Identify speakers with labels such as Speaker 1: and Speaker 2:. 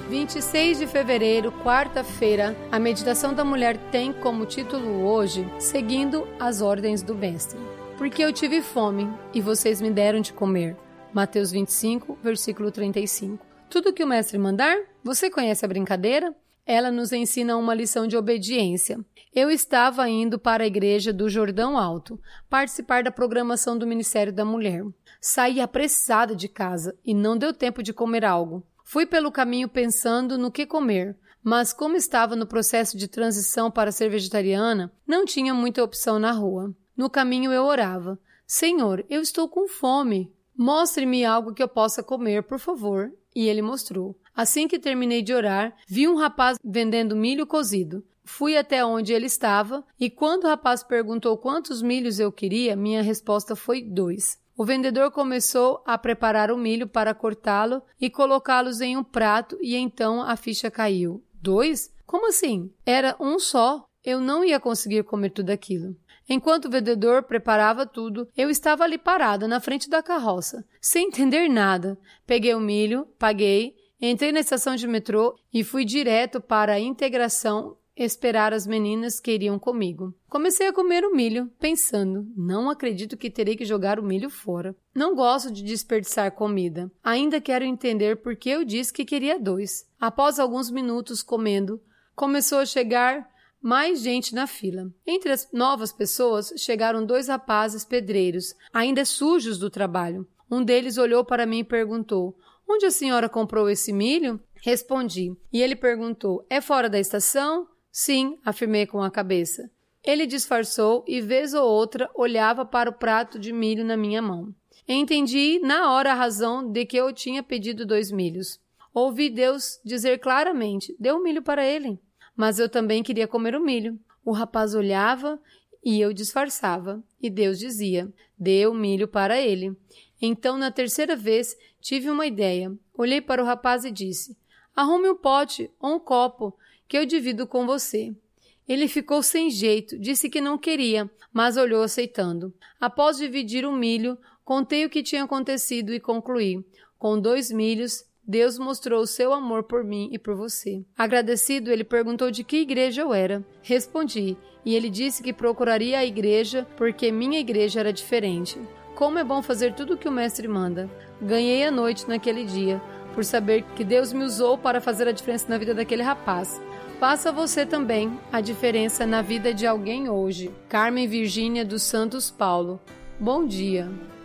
Speaker 1: 26 de fevereiro, quarta-feira, a meditação da mulher tem como título hoje, Seguindo as ordens do Mestre. Porque eu tive fome e vocês me deram de comer. Mateus 25, versículo 35. Tudo que o Mestre mandar, você conhece a brincadeira? Ela nos ensina uma lição de obediência. Eu estava indo para a igreja do Jordão Alto, participar da programação do Ministério da Mulher. Saí apressada de casa e não deu tempo de comer algo. Fui pelo caminho pensando no que comer, mas como estava no processo de transição para ser vegetariana, não tinha muita opção na rua. No caminho eu orava: Senhor, eu estou com fome. Mostre-me algo que eu possa comer, por favor. E ele mostrou. Assim que terminei de orar, vi um rapaz vendendo milho cozido. Fui até onde ele estava e quando o rapaz perguntou quantos milhos eu queria, minha resposta foi 2. O vendedor começou a preparar o milho para cortá-lo e colocá-los em um prato e então a ficha caiu. 2? Como assim? Era um só. Eu não ia conseguir comer tudo aquilo. Enquanto o vendedor preparava tudo, eu estava ali parada na frente da carroça, sem entender nada. Peguei o milho, paguei, entrei na estação de metrô e fui direto para a integração esperar as meninas que iriam comigo. Comecei a comer o milho, pensando, não acredito que terei que jogar o milho fora. Não gosto de desperdiçar comida. Ainda quero entender por que eu disse que queria 2. Após alguns minutos comendo, começou a chegar mais gente na fila. Entre as novas pessoas, chegaram 2 rapazes pedreiros, ainda sujos do trabalho. Um deles olhou para mim e perguntou: onde a senhora comprou esse milho? Respondi. E ele perguntou: é fora da estação? Sim, afirmei com a cabeça. Ele disfarçou e, vez ou outra, olhava para o prato de milho na minha mão. Entendi na hora a razão de que eu tinha pedido 2 milhos. Ouvi Deus dizer claramente: dê o milho para ele. Mas eu também queria comer o milho. O rapaz olhava e eu disfarçava. E Deus dizia: dê o milho para ele. Então, na terceira vez, tive uma ideia. Olhei para o rapaz e disse: arrume um pote ou um copo que eu divido com você. Ele ficou sem jeito, disse que não queria, mas olhou aceitando. Após dividir o milho, contei o que tinha acontecido e concluí: com 2 milhos, Deus mostrou o seu amor por mim e por você. Agradecido, ele perguntou de que igreja eu era. Respondi, e ele disse que procuraria a igreja porque minha igreja era diferente. Como é bom fazer tudo o que o Mestre manda. Ganhei a noite naquele dia, por saber que Deus me usou para fazer a diferença na vida daquele rapaz. Faça você também a diferença na vida de alguém hoje. Carmen Virgínia dos Santos Paulo. Bom dia.